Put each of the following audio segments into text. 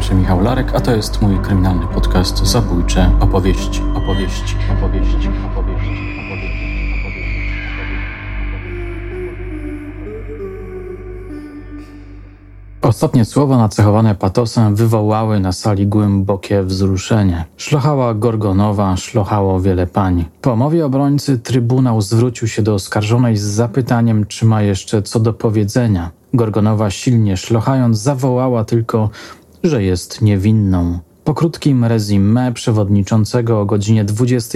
się Michał Larek, a to jest mój kryminalny podcast Zabójcze opowieści. Ostatnie słowa nacechowane patosem wywołały na sali głębokie wzruszenie. Szlochała Gorgonowa, szlochało wiele pań. Po mowie obrońcy trybunał zwrócił się do oskarżonej z zapytaniem, czy ma jeszcze co do powiedzenia. Gorgonowa, silnie szlochając, zawołała tylko, że jest niewinną. Po krótkim rezimé przewodniczącego o godzinie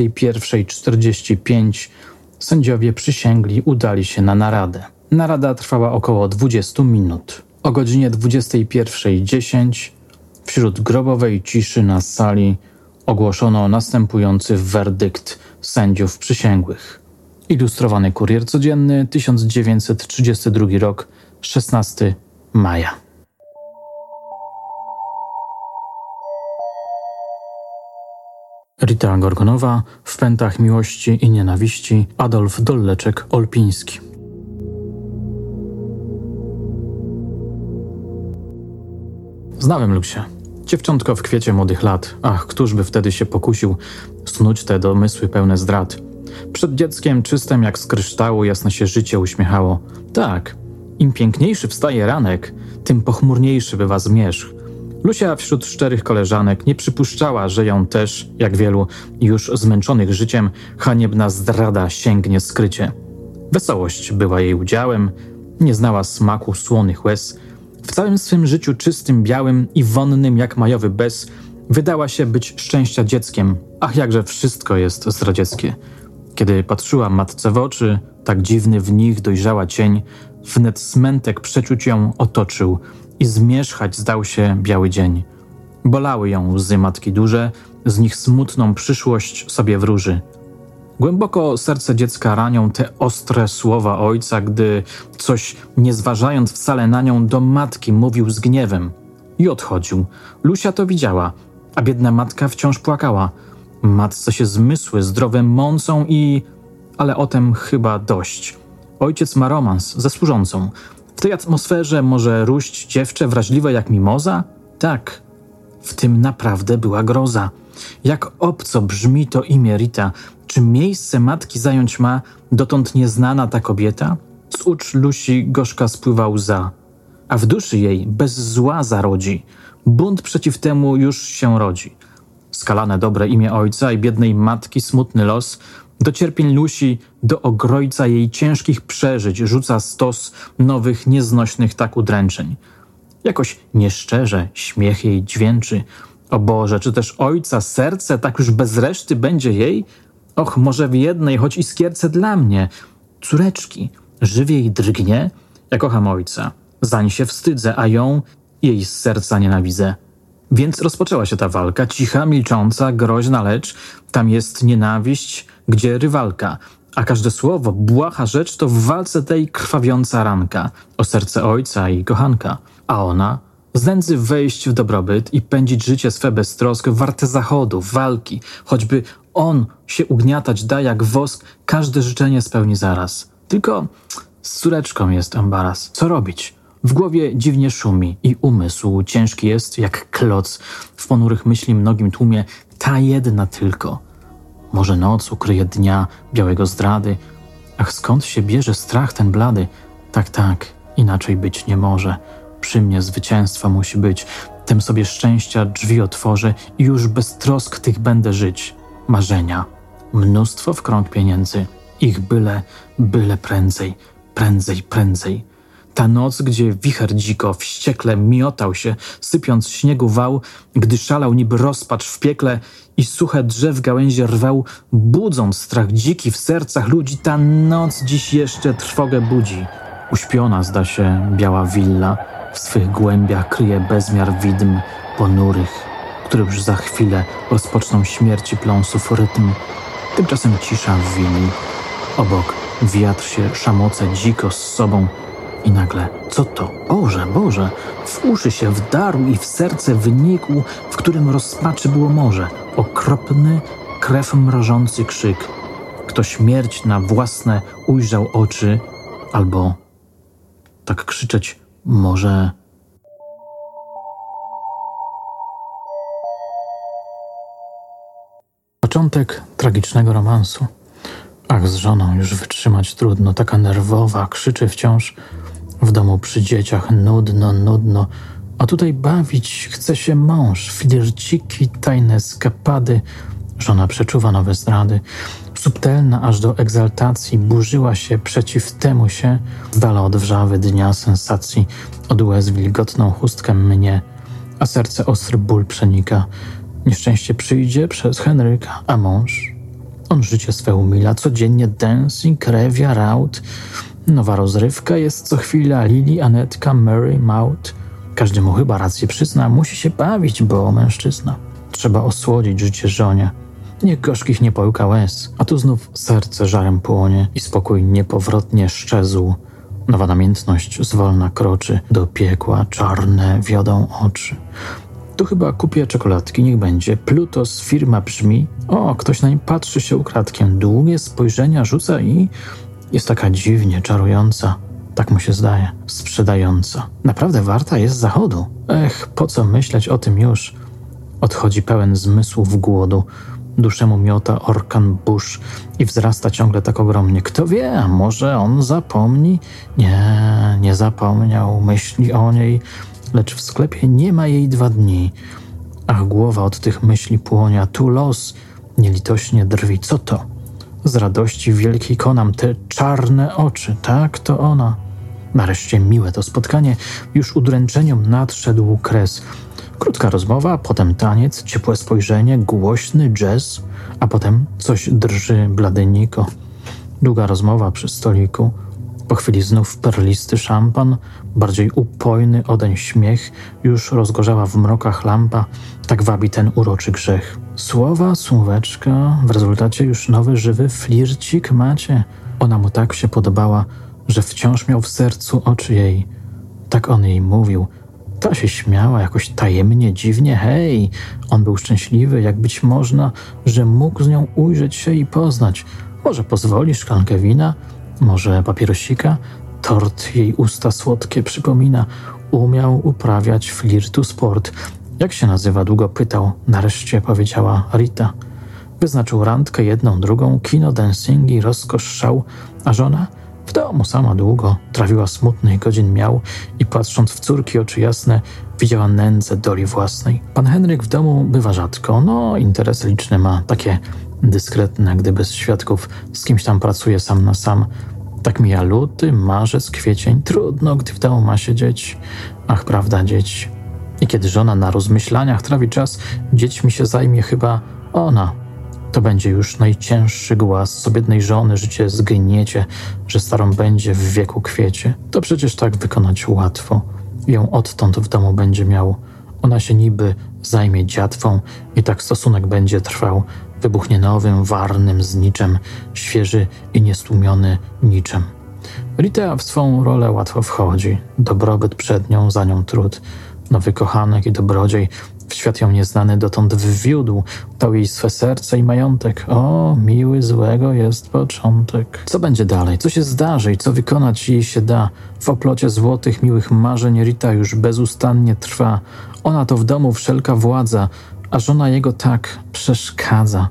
21:45 sędziowie przysięgli udali się na naradę. Narada trwała około 20 minut. O godzinie 21:10 wśród grobowej ciszy na sali ogłoszono następujący werdykt sędziów przysięgłych. Ilustrowany Kurier Codzienny, 1932 rok, 16 maja. Rita Gorgonowa, w pętach miłości i nienawiści, Adolf Dolleczek-Olpiński. Znałem Lusię. Dziewczątko w kwiecie młodych lat. Ach, któż by wtedy się pokusił snuć te domysły pełne zdrad. Przed dzieckiem czystym jak z kryształu jasno się życie uśmiechało. Tak, im piękniejszy wstaje ranek, tym pochmurniejszy bywa zmierzch. Lusia wśród szczerych koleżanek nie przypuszczała, że ją też, jak wielu już zmęczonych życiem, haniebna zdrada sięgnie skrycie. Wesołość była jej udziałem, nie znała smaku słonych łez. W całym swym życiu czystym, białym i wonnym jak majowy bez wydała się być szczęścia dzieckiem. Ach, jakże wszystko jest zdradzieckie. Kiedy patrzyła matce w oczy, tak dziwny w nich dojrzała cień, wnet smętek przeczuć ją otoczył i zmierzchać zdał się biały dzień. Bolały ją łzy matki duże, z nich smutną przyszłość sobie wróży. Głęboko serce dziecka ranią te ostre słowa ojca, gdy coś, nie zważając wcale na nią, do matki mówił z gniewem. I odchodził. Lusia to widziała, a biedna matka wciąż płakała. Matce się zmysły zdrowe mącą ale o tem chyba dość. Ojciec ma romans ze służącą. W tej atmosferze może róść dziewczę wrażliwe jak mimoza? Tak, w tym naprawdę była groza. Jak obco brzmi to imię Rita. Czy miejsce matki zająć ma dotąd nieznana ta kobieta? Z oczu Lusi gorzka spływa łza, a w duszy jej bez zła zarodzi. Bunt przeciw temu już się rodzi. Skalane dobre imię ojca i biednej matki smutny los, do cierpień Lusi, do ogrojca jej ciężkich przeżyć rzuca stos nowych, nieznośnych tak udręczeń. Jakoś nieszczerze śmiech jej dźwięczy. O Boże, czy też ojca serce tak już bez reszty będzie jej? Och, może w jednej choć iskierce dla mnie. Córeczki, żywiej drgnie? Ja kocham ojca, zań się wstydzę, a ją, jej z serca nienawidzę. Więc rozpoczęła się ta walka, cicha, milcząca, groźna, lecz tam jest nienawiść, gdzie rywalka, a każde słowo, błaha rzecz to w walce tej krwawiąca ranka o serce ojca i kochanka. A ona, z nędzy wejść w dobrobyt i pędzić życie swe bez trosk, warte zachodu, walki, choćby on się ugniatać da jak wosk, każde życzenie spełni zaraz. Tylko z córeczką jest embaras. Co robić? W głowie dziwnie szumi i umysł ciężki jest jak kloc. W ponurych myśli mnogim tłumie ta jedna tylko. Może noc ukryje dnia białego zdrady. Ach, skąd się bierze strach ten blady? Tak, inaczej być nie może. Przy mnie zwycięstwa musi być. Tym sobie szczęścia drzwi otworzę i już bez trosk tych będę żyć. Marzenia, mnóstwo w krąg pieniędzy. Ich byle prędzej. Ta noc, gdzie wicher dziko wściekle miotał się, sypiąc śniegu wał, gdy szalał niby rozpacz w piekle i suche drzew gałęzie rwał, budząc strach dziki w sercach ludzi, ta noc dziś jeszcze trwogę budzi. Uśpiona zda się biała willa, w swych głębiach kryje bezmiar widm ponurych, które już za chwilę rozpoczną śmierci pląsów rytm. Tymczasem cisza w willi. Obok wiatr się szamoce dziko z sobą i nagle, co to? Boże, w uszy się wdarł i w serce wynikł, w którym rozpaczy było morze. Okropny, krew mrożący krzyk. Kto śmierć na własne ujrzał oczy, albo tak krzyczeć może Początek tragicznego romansu. Ach, z żoną już wytrzymać trudno, taka nerwowa, krzyczy wciąż. W domu przy dzieciach nudno, a tutaj bawić chce się mąż, flirciki, tajne eskapady. Żona przeczuwa nowe zdrady. Subtelna aż do egzaltacji burzyła się przeciw temu się, z dala od wrzawy dnia sensacji, od łez wilgotną chustkę mnie, a serce ostry ból przenika. Nieszczęście przyjdzie przez Henryka, a mąż? On życie swe umila, codziennie dancing, rewia, raut. Nowa rozrywka jest co chwila, Lili, Anetka, Mary, Maud. Każdy mu chyba rację przyzna, musi się bawić, bo mężczyzna. Trzeba osłodzić życie żonie. Niech gorzkich nie połka łez, a tu znów serce żarem płonie i spokój niepowrotnie szczezł. Nowa namiętność zwolna kroczy, do piekła czarne wiodą oczy. Tu chyba kupię czekoladki, niech będzie. Plutos firma brzmi. O, ktoś nań patrzy się ukradkiem. Długie spojrzenia rzuca i jest taka dziwnie czarująca. Tak mu się zdaje. Sprzedająca. Naprawdę warta jest zachodu. Ech, po co myśleć o tym już? Odchodzi pełen zmysłów głodu. Duszę mu miota orkan burz i wzrasta ciągle tak ogromnie. Kto wie, a może on zapomni? Nie zapomniał. Myśli o niej, lecz w sklepie nie ma jej 2 dni. Ach, głowa od tych myśli płonie, a tu los nielitośnie drwi. Co to? Z radości wielkiej konam te czarne oczy. Tak, to ona. Nareszcie miłe to spotkanie. Już udręczeniom nadszedł kres. Krótka rozmowa, potem taniec, ciepłe spojrzenie, głośny jazz, a potem coś drży blady Niko. Długa rozmowa przy stoliku. Po chwili znów perlisty szampan, bardziej upojny odeń śmiech, już rozgorzała w mrokach lampa, tak wabi ten uroczy grzech. Słowa, słóweczka, w rezultacie już nowy, żywy flircik macie. Ona mu tak się podobała, że wciąż miał w sercu oczy jej. Tak on jej mówił. Ta się śmiała jakoś tajemnie, dziwnie. Hej, on był szczęśliwy, jak być można, że mógł z nią ujrzeć się i poznać. Może pozwoli szklankę wina? Może papierosika? Tort jej usta słodkie przypomina. Umiał uprawiać flirtu sport. Jak się nazywa? Długo pytał. Nareszcie powiedziała Rita. Wyznaczył randkę jedną, drugą, kino, dancingi, rozkosz, szał. A żona? W domu sama długo. Trawiła smutnych godzin miał i patrząc w córki oczy jasne, widziała nędzę doli własnej. Pan Henryk w domu bywa rzadko. No, interesy liczne ma. Takie dyskretne, gdy bez świadków, z kimś tam pracuje sam na sam. Tak mija luty, marzec, kwiecień. Trudno, gdy w domu ma się dzieci. Ach, prawda, dzieci. I kiedy żona na rozmyślaniach trawi czas, dziećmi się zajmie chyba ona. To będzie już najcięższy głaz sobiednej żony, życie zgniecie, że starą będzie w wieku kwiecie. To przecież tak wykonać łatwo. Ją odtąd w domu będzie miał. Ona się niby zajmie dziatwą i tak stosunek będzie trwał. Wybuchnie nowym, warnym zniczem, świeży i niestłumiony niczem. Rita w swą rolę łatwo wchodzi. Dobrobyt przed nią, za nią trud. Nowy kochanek i dobrodziej w świat ją nieznany dotąd wwiódł, dał jej swe serce i majątek. O, miły złego jest początek. Co będzie dalej? Co się zdarzy i co wykonać jej się da? W oplocie złotych, miłych marzeń Rita już bezustannie trwa. Ona to w domu wszelka władza, a żona jego tak przeszkadza.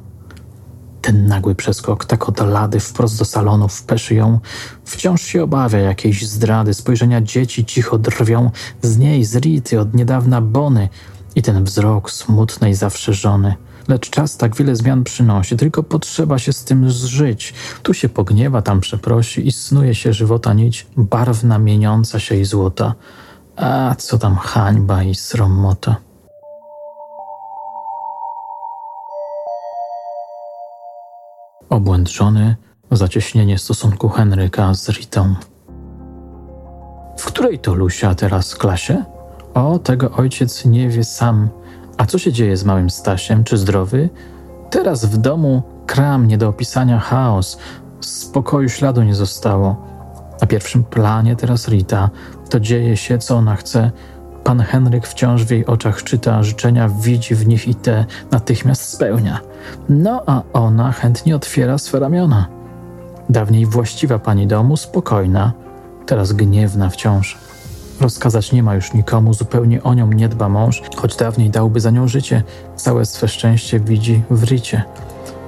Ten nagły przeskok, tak od lady wprost do salonu wpeszy ją. Wciąż się obawia jakiejś zdrady, spojrzenia dzieci cicho drwią. Z niej, z Rity, od niedawna bony i ten wzrok smutnej zawsze żony. Lecz czas tak wiele zmian przynosi, tylko potrzeba się z tym zżyć. Tu się pogniewa, tam przeprosi i snuje się żywota nić, barwna, mieniąca się i złota. A co tam hańba i sromota. Obłęd żony, zacieśnienie stosunku Henryka z Ritą. W której to Lusia teraz klasie? O, tego ojciec nie wie sam. A co się dzieje z małym Stasiem? Czy zdrowy? Teraz w domu kram, nie do opisania chaos. Z pokoju śladu nie zostało. Na pierwszym planie teraz Rita. To dzieje się, co ona chce. Pan Henryk wciąż w jej oczach czyta życzenia, widzi w nich i te natychmiast spełnia. No a ona chętnie otwiera swe ramiona. Dawniej właściwa pani domu, spokojna, teraz gniewna wciąż. Rozkazać nie ma już nikomu, zupełnie o nią nie dba mąż, choć dawniej dałby za nią życie. Całe swe szczęście widzi w Ricie.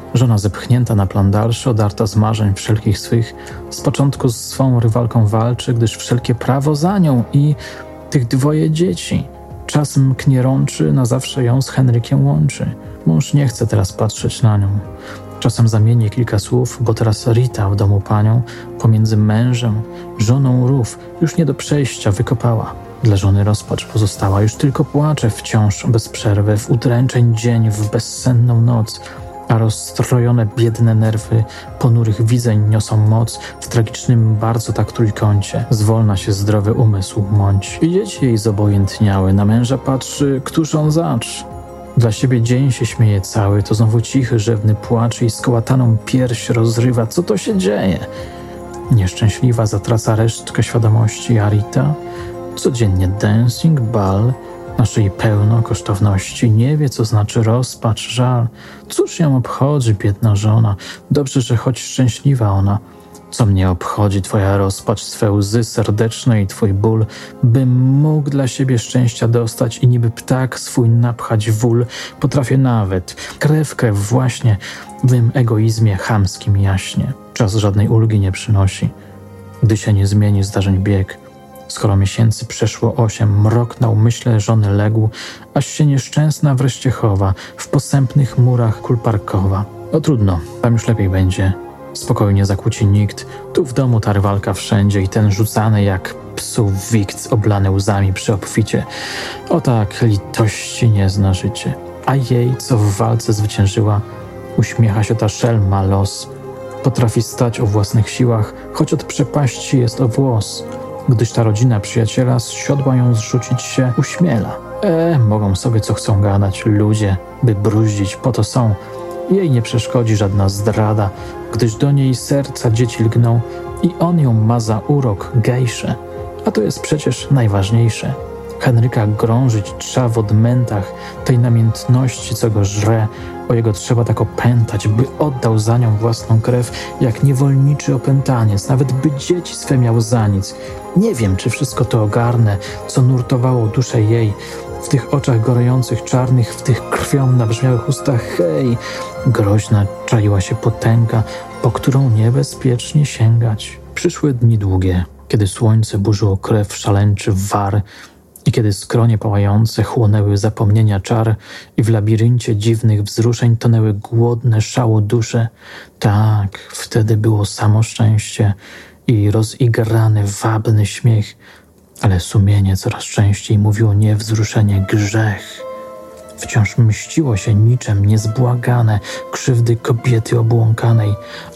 Żona zepchnięta na plan dalszy, odarta z marzeń wszelkich swych, z początku z swą rywalką walczy, gdyż wszelkie prawo za nią i tych dwoje dzieci. Czas mknie rączy, na zawsze ją z Henrykiem łączy. Mąż nie chce teraz patrzeć na nią. Czasem zamieni kilka słów, bo teraz Rita w domu panią, pomiędzy mężem, żoną rów, już nie do przejścia wykopała. Dla żony rozpacz pozostała, już tylko płacze wciąż bez przerwy, w udręczeń dzień, w bezsenną noc, a rozstrojone biedne nerwy ponurych widzeń niosą moc w tragicznym bardzo tak trójkącie. Zwolna się zdrowy umysł mąć. I dzieci jej zobojętniały, na męża patrzy, któż on zacz. Dla siebie dzień się śmieje cały, to znowu cichy, rzewny płacz i skołataną pierś rozrywa. Co to się dzieje? Nieszczęśliwa zatraca resztkę świadomości, a Rita? Codziennie dancing, bal, na szyi pełno kosztowności, nie wie, co znaczy rozpacz, żal. Cóż ją obchodzi, biedna żona? Dobrze, że choć szczęśliwa ona. Co mnie obchodzi twoja rozpacz, swe łzy serdeczne i twój ból, bym mógł dla siebie szczęścia dostać i niby ptak swój napchać wól. Potrafię nawet, krew właśnie, w mym egoizmie chamskim jaśnie. Czas żadnej ulgi nie przynosi, gdy się nie zmieni zdarzeń bieg. Skoro miesięcy przeszło 8, mrok na umyśle żony legł, aż się nieszczęsna wreszcie chowa w posępnych murach kulparkowa. No trudno, tam już lepiej będzie. Spokojnie zakłóci nikt, tu w domu ta rywalka wszędzie i ten rzucany jak psów wikt oblany łzami przy obficie. O tak, litości nie zna życie. A jej, co w walce zwyciężyła, uśmiecha się ta szelma los. Potrafi stać o własnych siłach, choć od przepaści jest o włos. Gdyż ta rodzina przyjaciela z siodła ją zrzucić się uśmiela. Mogą sobie co chcą gadać, ludzie, by bruździć, po to są. Jej nie przeszkodzi żadna zdrada, gdyż do niej serca dzieci lgną i on ją ma za urok gejsze. A to jest przecież najważniejsze. Henryka grążyć trzeba w odmętach tej namiętności, co go żre. O jego trzeba tak opętać, by oddał za nią własną krew, jak niewolniczy opętaniec, nawet by dzieci swe miał za nic. Nie wiem, czy wszystko to ogarnę, co nurtowało duszę jej. W tych oczach gorejących czarnych, w tych krwią nabrzmiałych ustach, hej! Groźna czaiła się potęga, po którą niebezpiecznie sięgać. Przyszły dni długie, kiedy słońce burzyło krew szaleńczy war i kiedy skronie pałające chłonęły zapomnienia czar i w labiryncie dziwnych wzruszeń tonęły głodne szału dusze. Tak, wtedy było samo szczęście i rozigrany, wabny śmiech, ale sumienie coraz częściej mówiło nie wzruszenie, grzech. Wciąż mściło się niczem niezbłagane krzywdy kobiety obłąkanej,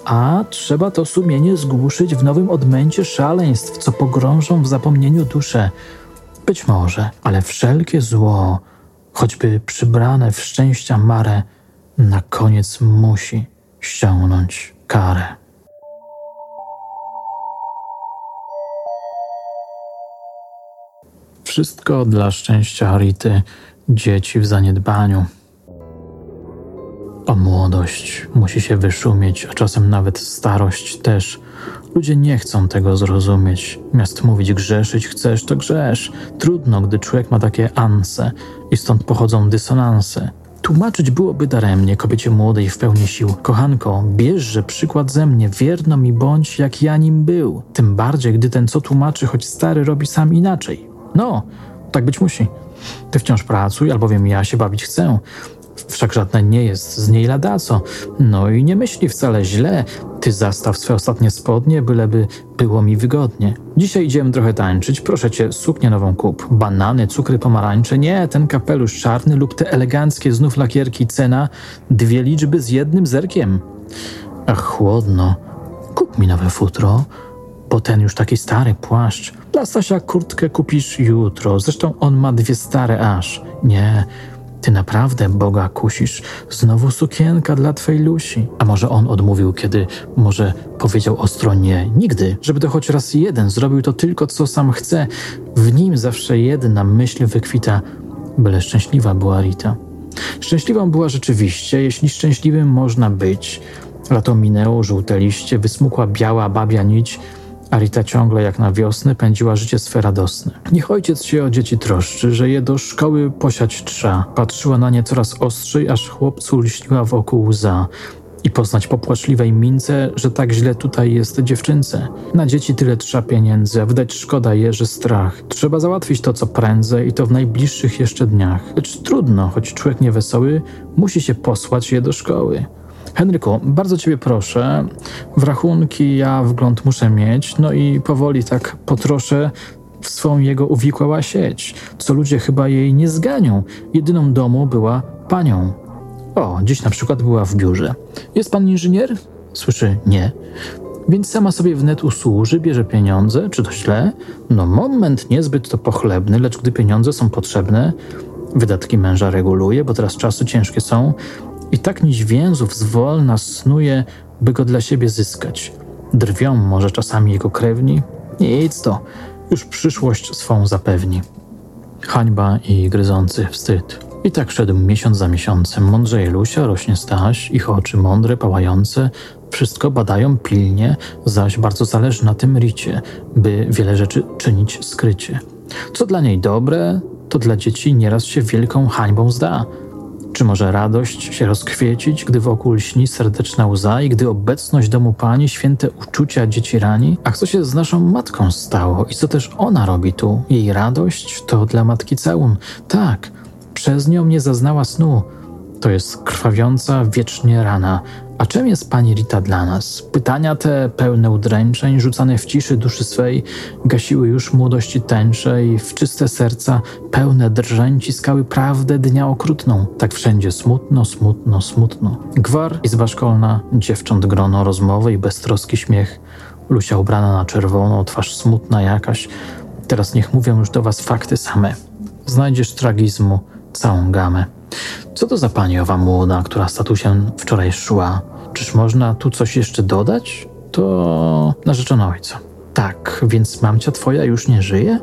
a trzeba to sumienie zgłuszyć w nowym odmęcie szaleństw, co pogrążą w zapomnieniu duszę. Być może, ale wszelkie zło, choćby przybrane w szczęścia marę, na koniec musi ściągnąć karę. Wszystko dla szczęścia Rity, dzieci w zaniedbaniu. O młodość musi się wyszumieć, a czasem nawet starość też. Ludzie nie chcą tego zrozumieć. Miast mówić grzeszyć chcesz, to grzesz. Trudno, gdy człowiek ma takie anse i stąd pochodzą dysonanse. Tłumaczyć byłoby daremnie kobiecie młodej w pełni sił. Kochanko, bierzże przykład ze mnie, wierno mi bądź, jak ja nim był. Tym bardziej, gdy ten, co tłumaczy, choć stary, robi sam inaczej. No, tak być musi. Ty wciąż pracuj, albowiem ja się bawić chcę. Wszak żadne nie jest z niej ladaco. No i nie myśli wcale źle. Ty zastaw swe ostatnie spodnie, byleby było mi wygodnie. Dzisiaj idziemy trochę tańczyć. Proszę cię, suknię nową kup. Banany, cukry, pomarańcze. Nie, ten kapelusz czarny lub te eleganckie znów lakierki. Cena 2 liczby z 1 zerkiem. Ach, chłodno. Kup mi nowe futro, bo ten już taki stary płaszcz. Dla Stasia kurtkę kupisz jutro. Zresztą on ma 2 stare aż. Nie, ty naprawdę Boga kusisz. Znowu sukienka dla twej Lusi. A może on odmówił, kiedy może powiedział ostro nie? Nigdy. Żeby to choć raz jeden zrobił to tylko, co sam chce. W nim zawsze jedna myśl wykwita. Byle szczęśliwa była Rita. Szczęśliwą była rzeczywiście, jeśli szczęśliwym można być. Lato minęło, żółte liście, wysmukła biała babia nić, a Rita ciągle jak na wiosnę pędziła życie swe radosne. Niech ojciec się o dzieci troszczy, że je do szkoły posiać trza. Patrzyła na nie coraz ostrzej, aż chłopcu lśniła wokół łza. i poznać po płaczliwej mince, że tak źle tutaj jest dziewczynce. Na dzieci tyle trzeba pieniędzy, a wydać szkoda jeży strach. Trzeba załatwić to co prędzej i to w najbliższych jeszcze dniach. Lecz trudno, choć człowiek niewesoły musi się posłać je do szkoły. Henryku, bardzo ciebie proszę, w rachunki ja wgląd muszę mieć, no i powoli tak potroszę w swą jego uwikłała sieć, co ludzie chyba jej nie zganią. Jedyną domu była panią. O, dziś na przykład była w biurze. Jest pan inżynier? Słyszy, nie. Więc sama sobie wnet usłuży, bierze pieniądze, czy to źle? No moment niezbyt to pochlebny, lecz gdy pieniądze są potrzebne, wydatki męża reguluje, bo teraz czasy ciężkie są i tak nić więzów zwolna snuje, by go dla siebie zyskać. Drwią może czasami jego krewni? Nic to, już przyszłość swą zapewni. Hańba i gryzący wstyd. I tak szedł miesiąc za miesiącem. Mądrzeje Lusia, rośnie Staś, ich oczy mądre, pałające, wszystko badają pilnie, zaś bardzo zależy na tym Ricie, by wiele rzeczy czynić skrycie. Co dla niej dobre, to dla dzieci nieraz się wielką hańbą zda. Czy może radość się rozkwiecić, gdy wokół lśni serdeczna łza i gdy obecność domu pani święte uczucia dzieci rani? A co się z naszą matką stało i co też ona robi tu? Jej radość to dla matki całun. Tak, przez nią nie zaznała snu. To jest krwawiąca wiecznie rana. A czym jest pani Rita dla nas? Pytania te, pełne udręczeń, rzucane w ciszy duszy swej, gasiły już młodości tęcze i w czyste serca, pełne drżeń, ciskały prawdę dnia okrutną. Tak wszędzie smutno, smutno, smutno. Gwar, izba szkolna, dziewcząt grono, rozmowy i beztroski śmiech. Lusia ubrana na czerwono, twarz smutna jakaś. Teraz niech mówią już do was fakty same. Znajdziesz tragizmu całą gamę. Co to za pani owa młoda, która statusem wczoraj szła? Czyż można tu coś jeszcze dodać? To narzeczona ojca. Tak, więc mamcia twoja już nie żyje?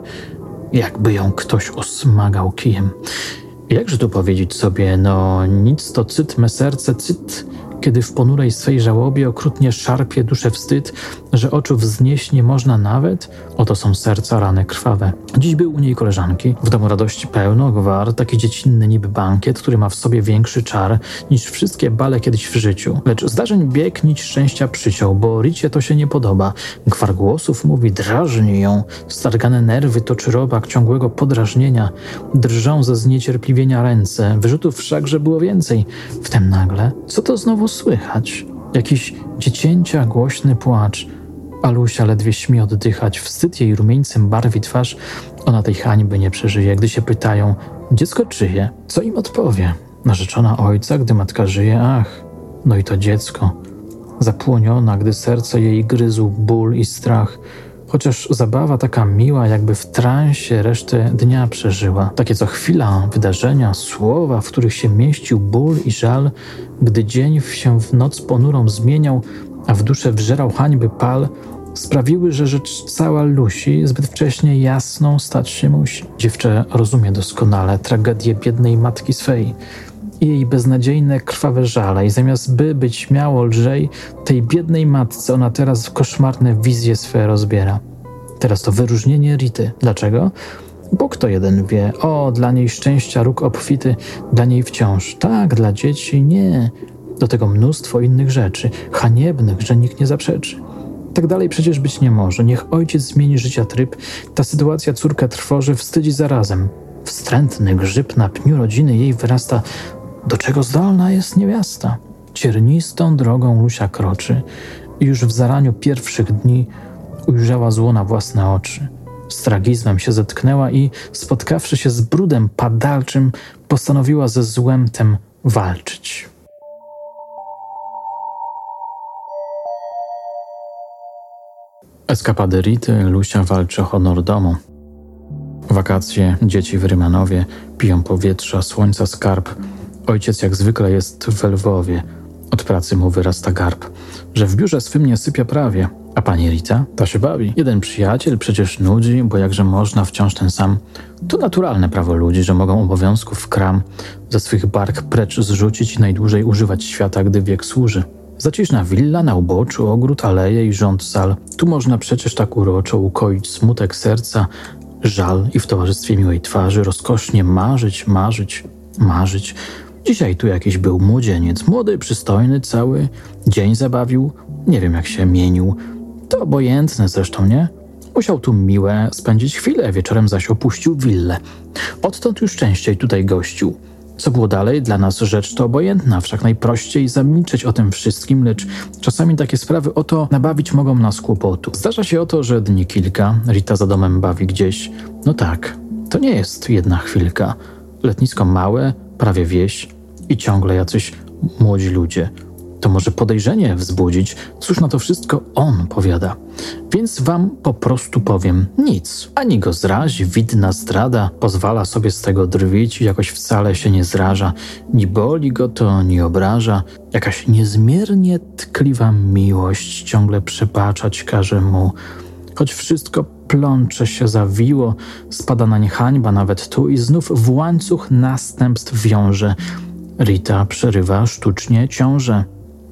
Jakby ją ktoś osmagał kijem. Jakże tu powiedzieć sobie, no nic to cyt me serce, cyt, kiedy w ponurej swej żałobie okrutnie szarpie duszę wstyd, że oczu wznieść nie można nawet, oto są serca rany krwawe. Dziś był u niej koleżanki, w domu radości pełno, gwar, taki dziecinny niby bankiet, który ma w sobie większy czar niż wszystkie bale kiedyś w życiu. Lecz zdarzeń bieg nić szczęścia przyciął, bo Ricie to się nie podoba. Gwar głosów mówi, drażni ją, stargane nerwy toczy robak ciągłego podrażnienia, drżą ze zniecierpliwienia ręce, wyrzutów wszakże było więcej. Wtem nagle, co to znowu słychać? Jakiś dziecięcia głośny płacz. A Lusia ledwie śmie oddychać. Wstyd jej rumieńcem barwi twarz. Ona tej hańby nie przeżyje. Gdy się pytają, dziecko czyje? Co im odpowie? Narzeczona ojca, gdy matka żyje? Ach, no i to dziecko. Zapłoniona, gdy serce jej gryzł ból i strach. Chociaż zabawa taka miła, jakby w transie resztę dnia przeżyła. Takie co chwila, wydarzenia, słowa, w których się mieścił ból i żal, gdy dzień się w noc ponurą zmieniał, a w duszę wżerał hańby pal, sprawiły, że rzecz cała Lusi zbyt wcześnie jasną stać się musi. Dziewczę rozumie doskonale tragedię biednej matki swej i jej beznadziejne, krwawe żale i zamiast by być miało lżej, tej biednej matce ona teraz koszmarne wizje swe rozbiera. Teraz to wyróżnienie Rity. Dlaczego? Bo kto jeden wie, o, dla niej szczęścia róg obfity, dla niej wciąż. Tak, dla dzieci nie. Do tego mnóstwo innych rzeczy, haniebnych, że nikt nie zaprzeczy. Tak dalej przecież być nie może. Niech ojciec zmieni życia tryb, ta sytuacja córkę trwoży, wstydzi zarazem. Wstrętny grzyb na pniu rodziny jej wyrasta. Do czego zdolna jest niewiasta? Ciernistą drogą Lusia kroczy i już w zaraniu pierwszych dni ujrzała zło na własne oczy. Z tragizmem się zetknęła i, spotkawszy się z brudem padalczym, postanowiła ze złem tem walczyć. Eskapady Rity, Lusia walczy o honor domu. Wakacje, dzieci w Rymanowie, piją powietrza, słońca skarb. Ojciec jak zwykle jest w Lwowie. Od pracy mu wyrasta garb, że w biurze swym nie sypia prawie. A pani Rita? Ta się bawi. Jeden przyjaciel przecież nudzi, bo jakże można wciąż ten sam. To naturalne prawo ludzi, że mogą obowiązków w kram ze swych bark precz zrzucić i najdłużej używać świata, gdy wiek służy. Zaciszna willa na uboczu, ogród, aleje i rząd sal. Tu można przecież tak uroczo ukoić smutek serca, żal i w towarzystwie miłej twarzy rozkosznie marzyć, marzyć, marzyć. Dzisiaj tu jakiś był młodzieniec, młody, przystojny, cały dzień zabawił, nie wiem jak się mienił. To obojętne zresztą, nie? Musiał tu miłe spędzić chwilę, wieczorem zaś opuścił willę. Odtąd już częściej tutaj gościł. Co było dalej, dla nas rzecz to obojętna, wszak najprościej zamilczeć o tym wszystkim, lecz czasami takie sprawy oto nabawić mogą nas kłopotu. Zdarza się oto, że dni kilka Rita za domem bawi gdzieś. No tak, to nie jest jedna chwilka. Letnisko małe, prawie wieś i ciągle jacyś młodzi ludzie. To może podejrzenie wzbudzić, cóż na to wszystko on powiada. Więc wam po prostu powiem nic. Ani go zrazi, widna zdrada, pozwala sobie z tego drwić i jakoś wcale się nie zraża. Ni boli go to, ni obraża. Jakaś niezmiernie tkliwa miłość ciągle przebaczać każe mu. Choć wszystko plącze się zawiło, spada nań hańba nawet tu i znów w łańcuch następstw wiąże. Rita przerywa sztucznie ciążę.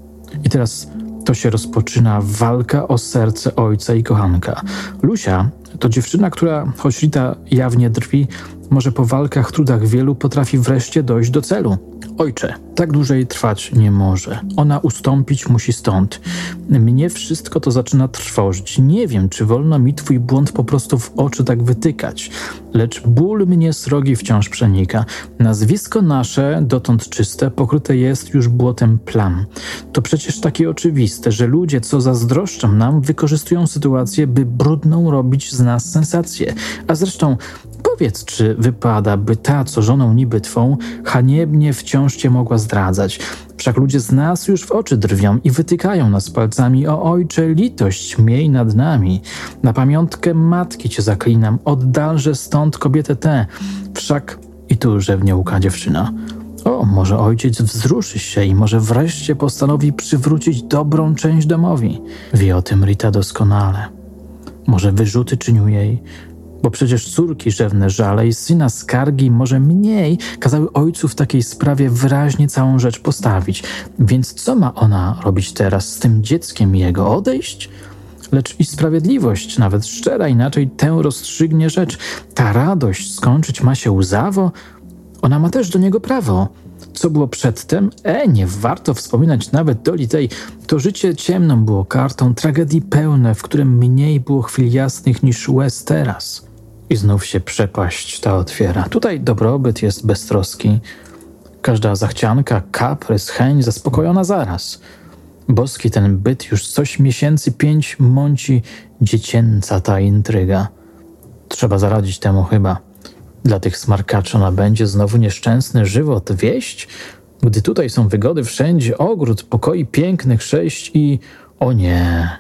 I teraz to się rozpoczyna walka o serce ojca i kochanka. Lusia to dziewczyna, która, choć Rita jawnie drwi, może po walkach, trudach wielu potrafi wreszcie dojść do celu. Ojcze, tak dłużej trwać nie może. Ona ustąpić musi stąd. Mnie wszystko to zaczyna trwożyć. Nie wiem, czy wolno mi twój błąd po prostu w oczy tak wytykać. Lecz ból mnie srogi wciąż przenika. Nazwisko nasze, dotąd czyste, pokryte jest już błotem plam. To przecież takie oczywiste, że ludzie, co zazdroszczą nam, wykorzystują sytuację, by brudną robić z nas sensację. A zresztą powiedz, czy wypada, by ta, co żoną niby twą, haniebnie wciąż cię mogła zdradzać. Wszak ludzie z nas już w oczy drwią i wytykają nas palcami. O ojcze, litość miej nad nami. Na pamiątkę matki cię zaklinam, oddalże stąd kobietę tę. Wszak i tu rzewnie dziewczyna. O, może ojciec wzruszy się i może wreszcie postanowi przywrócić dobrą część domowi. Wie o tym Rita doskonale. Może wyrzuty czynił jej, bo przecież córki rzewne żale i syna skargi może mniej kazały ojcu w takiej sprawie wyraźnie całą rzecz postawić. Więc co ma ona robić teraz z tym dzieckiem jego? Odejść? Lecz i sprawiedliwość, nawet szczera, inaczej tę rozstrzygnie rzecz. Ta radość skończyć ma się łzawo? Ona ma też do niego prawo. Co było przedtem? Nie warto wspominać nawet doli tej. To życie ciemną było kartą, tragedii pełne, w którym mniej było chwil jasnych niż łez teraz. I znów się przepaść ta otwiera. Tutaj dobrobyt jest beztroski. Każda zachcianka, kaprys, chęć zaspokojona zaraz. Boski ten byt już coś miesięcy 5 mąci, dziecięca ta intryga. Trzeba zaradzić temu chyba. Dla tych smarkaczy ona będzie znowu nieszczęsny żywot wieść, gdy tutaj są wygody wszędzie, ogród, pokoi pięknych 6 i... O nie,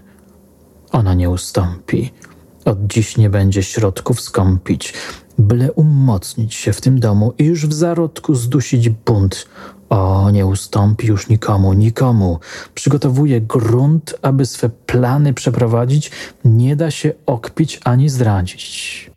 ona nie ustąpi. Od dziś nie będzie środków skąpić, byle umocnić się w tym domu i już w zarodku zdusić bunt. O, nie ustąpi już nikomu, nikomu. Przygotowuje grunt, aby swe plany przeprowadzić, nie da się okpić ani zdradzić.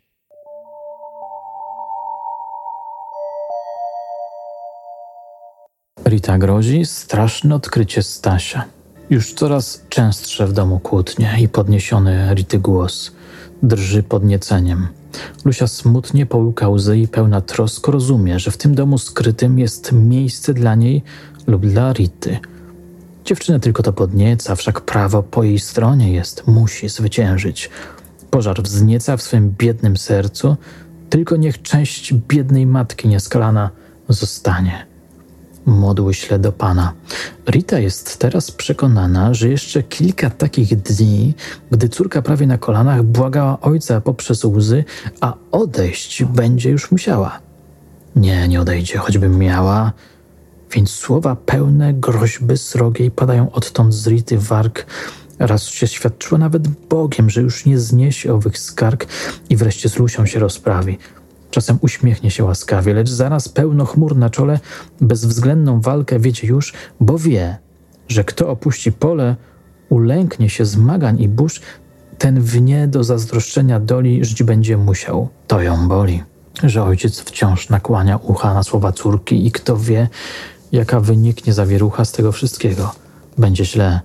Rita grozi straszne odkrycie Stasia. Już coraz częstsze w domu kłótnie i podniesiony Rity głos drży podnieceniem. Lusia smutnie połyka łzy i pełna trosk rozumie, że w tym domu skrytym jest miejsce dla niej lub dla Rity. Dziewczynę tylko to podnieca, wszak prawo po jej stronie jest, musi zwyciężyć. Pożar wznieca w swym biednym sercu, tylko niech część biednej matki nieskalana zostanie. Modły śle do Pana. Rita jest teraz przekonana, że jeszcze kilka takich dni, gdy córka prawie na kolanach błagała ojca poprzez łzy, a odejść będzie już musiała. Nie odejdzie, choćby miała. Więc słowa pełne groźby srogiej padają odtąd z Rity warg. Raz się świadczyła nawet Bogiem, że już nie zniesie owych skarg i wreszcie z Lusią się rozprawi. Czasem uśmiechnie się łaskawie, lecz zaraz pełno chmur na czole, bezwzględną walkę wiedzie już, bo wie, że kto opuści pole, ulęknie się zmagań i burz, ten wnie do zazdroszczenia doli żyć będzie musiał. To ją boli, że ojciec wciąż nakłania ucha na słowa córki i kto wie, jaka wyniknie zawierucha z tego wszystkiego. Będzie źle.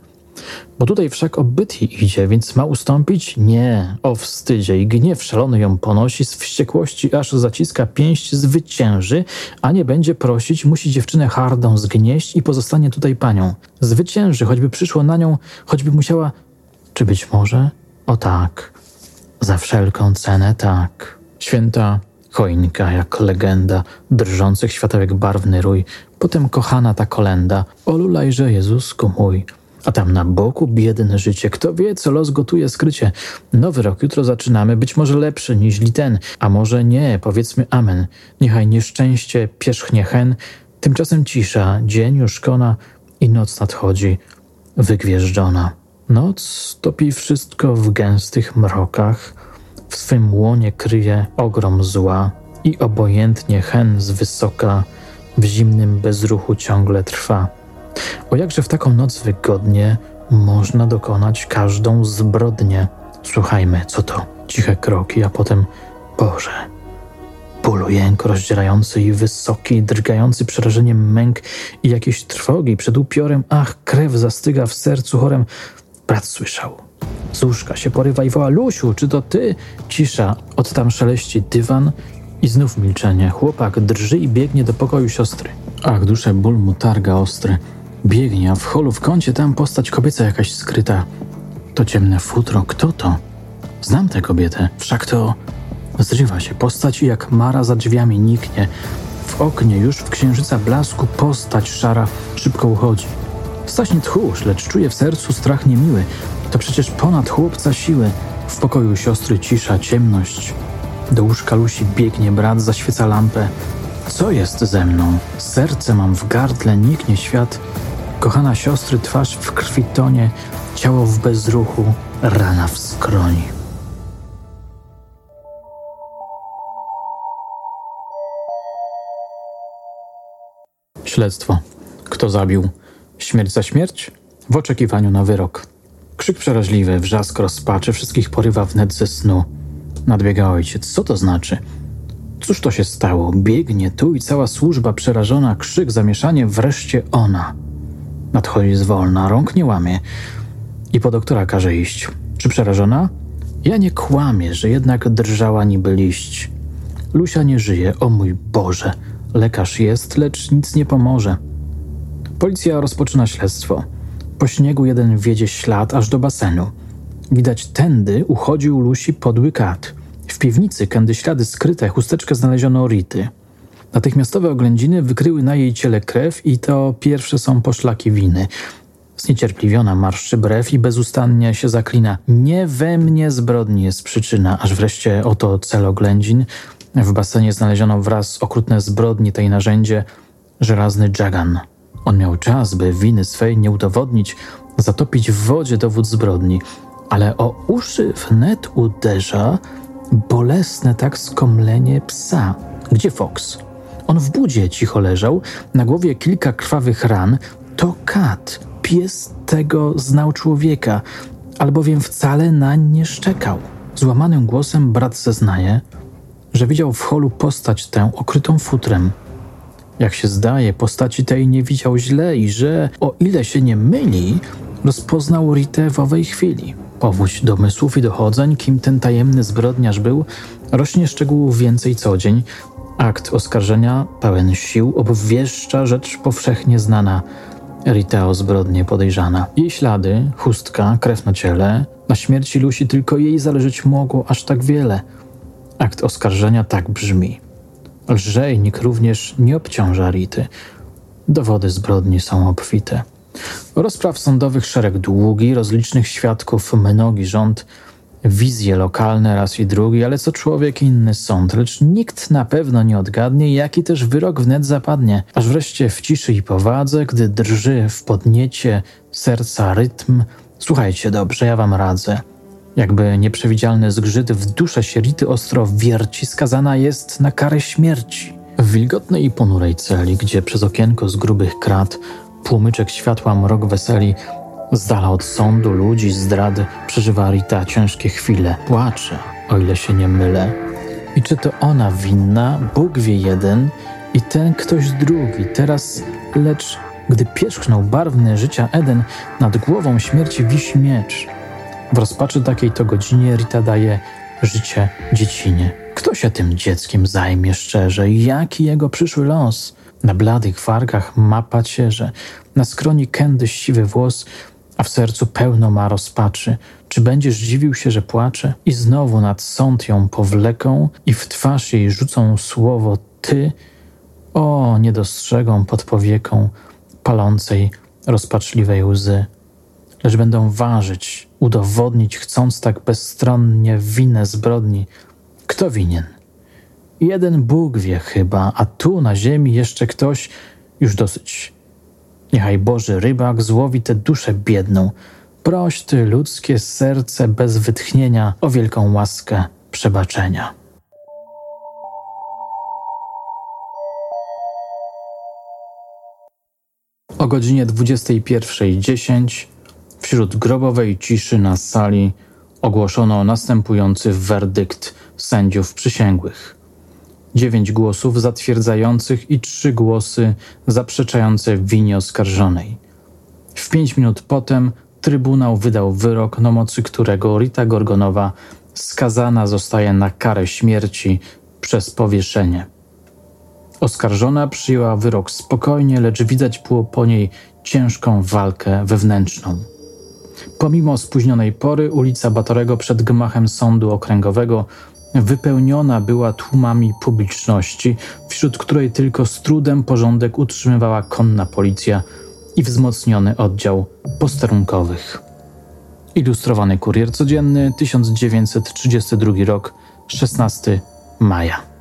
Bo tutaj wszak o byt jej idzie, więc ma ustąpić? Nie, o wstydzie i gniew szalony ją ponosi, z wściekłości aż zaciska pięść, zwycięży, a nie będzie prosić, musi dziewczynę hardą zgnieść i pozostanie tutaj panią. Zwycięży, choćby przyszło na nią, choćby musiała, czy być może? O tak, za wszelką cenę tak. Święta choinka jak legenda, drżących światełek barwny rój, potem kochana ta kolenda, o lulajże Jezusku mój. A tam na boku biedne życie, kto wie, co los gotuje skrycie. Nowy rok jutro zaczynamy, być może lepszy niźli ten, a może nie, powiedzmy amen. Niechaj nieszczęście pierzchnie hen, tymczasem cisza, dzień już kona i noc nadchodzi, wygwieżdżona. Noc topi wszystko w gęstych mrokach, w swym łonie kryje ogrom zła i obojętnie hen z wysoka w zimnym bezruchu ciągle trwa. O jakże w taką noc wygodnie można dokonać każdą zbrodnię. Słuchajmy, co to? Ciche kroki, a potem Boże. Bólu jęk rozdzierający i wysoki, drgający przerażeniem męk i jakiejś trwogi przed upiorem. Ach, krew zastyga w sercu chorem. Brat słyszał. Z łóżka się porywa i woła: Lusiu, czy to ty? Cisza, od tam szeleści dywan i znów milczenie. Chłopak drży i biegnie do pokoju siostry. Ach, duszę ból mu targa ostry. Biegnie, a w holu w kącie tam postać kobieca jakaś skryta. To ciemne futro, kto to? Znam tę kobietę, wszak to... Zrywa się postać i jak mara za drzwiami niknie. W oknie już w księżyca blasku postać szara szybko uchodzi. Staśnie tchórz, lecz czuje w sercu strach niemiły. To przecież ponad chłopca siły. W pokoju siostry cisza, ciemność. Do łóżka Lusi biegnie brat, zaświeca lampę. Co jest ze mną? Serce mam w gardle, niknie świat. Kochana siostry twarz w krwi tonie, ciało w bezruchu, rana w skroni. Śledztwo. Kto zabił? Śmierć za śmierć? W oczekiwaniu na wyrok. Krzyk przeraźliwy, wrzask rozpaczy, wszystkich porywa wnet ze snu. Nadbiega ojciec. Co to znaczy? Cóż to się stało? Biegnie tu i cała służba przerażona, krzyk, zamieszanie, wreszcie ona. Nadchodzi zwolna, rąk nie łamie i po doktora każe iść. Czy przerażona? Ja nie kłamię, że jednak drżała niby liść. Lusia nie żyje, o mój Boże. Lekarz jest, lecz nic nie pomoże. Policja rozpoczyna śledztwo. Po śniegu jeden wiedzie ślad aż do basenu. Widać, tędy uchodził Lusi podły kat. W piwnicy, kędy ślady skryte, chusteczkę znaleziono Rity. Natychmiastowe oględziny wykryły na jej ciele krew i to pierwsze są poszlaki winy. Zniecierpliwiona marszczy brew i bezustannie się zaklina. Nie we mnie zbrodni jest przyczyna, aż wreszcie oto cel oględzin. W basenie znaleziono wraz okrutne zbrodni tej narzędzie żelazny dżagan. On miał czas, by winy swej nie udowodnić, zatopić w wodzie dowód zbrodni. Ale o uszy wnet uderza bolesne tak skomlenie psa. Gdzie Fox? On w budzie cicho leżał, na głowie kilka krwawych ran. To kat, pies tego znał człowieka, albowiem wcale nań nie szczekał. Złamanym głosem brat zeznaje, że widział w holu postać tę okrytą futrem. Jak się zdaje, postaci tej nie widział źle i że, o ile się nie myli, rozpoznał Ritę w owej chwili. Powódź domysłów i dochodzeń, kim ten tajemny zbrodniarz był, rośnie szczegółów więcej co dzień. Akt oskarżenia, pełen sił, obwieszcza rzecz powszechnie znana. Rita o zbrodnię podejrzana. Jej ślady, chustka, krew na ciele. Na śmierci Lusi tylko jej zależeć mogło aż tak wiele. Akt oskarżenia tak brzmi. Lżejnik również nie obciąża Rity. Dowody zbrodni są obfite. Rozpraw sądowych szereg długi, rozlicznych świadków mnogi rząd, wizje lokalne raz i drugi, ale co człowiek inny sąd, lecz nikt na pewno nie odgadnie, jaki też wyrok wnet zapadnie, aż wreszcie w ciszy i powadze, gdy drży w podniecie serca rytm. Słuchajcie dobrze, ja wam radzę. Jakby nieprzewidzialny zgrzyt w duszę się Rity ostro wierci, skazana jest na karę śmierci. W wilgotnej i ponurej celi, gdzie przez okienko z grubych krat płomyczek światła mrok weseli, z dala od sądu, ludzi, zdrady, przeżywa Rita ciężkie chwile. Płacze, o ile się nie mylę. I czy to ona winna, Bóg wie jeden, i ten ktoś drugi. Teraz, lecz Gdy pierzchnął barwny życia Eden, nad głową śmierci wisi miecz. W rozpaczy takiej to godzinie Rita daje życie dziecinie. Kto się tym dzieckiem zajmie szczerze? Jaki jego przyszły los? Na bladych wargach ma pacierze, na skroni kędy siwy włos, a w sercu pełno ma rozpaczy. Czy będziesz dziwił się, że płacze? I znowu nad sąd ją powleką i w twarz jej rzucą słowo ty. O, nie dostrzegą pod powieką palącej, rozpaczliwej łzy. Lecz będą ważyć, udowodnić, chcąc tak bezstronnie winę zbrodni. Kto winien? Jeden Bóg wie chyba, a tu na ziemi jeszcze ktoś, już dosyć. Niechaj Boży rybak złowi tę duszę biedną. Proś ty ludzkie serce bez wytchnienia o wielką łaskę przebaczenia. O godzinie 21:10 wśród grobowej ciszy na sali ogłoszono następujący werdykt sędziów przysięgłych. 9 głosów zatwierdzających i 3 głosy zaprzeczające winie oskarżonej. W 5 minut potem Trybunał wydał wyrok, na mocy którego Rita Gorgonowa skazana zostaje na karę śmierci przez powieszenie. Oskarżona przyjęła wyrok spokojnie, lecz widać było po niej ciężką walkę wewnętrzną. Pomimo spóźnionej pory ulica Batorego przed gmachem Sądu Okręgowego wypełniona była tłumami publiczności, wśród której tylko z trudem porządek utrzymywała konna policja i wzmocniony oddział posterunkowych. Ilustrowany Kurier Codzienny, 1932 rok, 16 maja.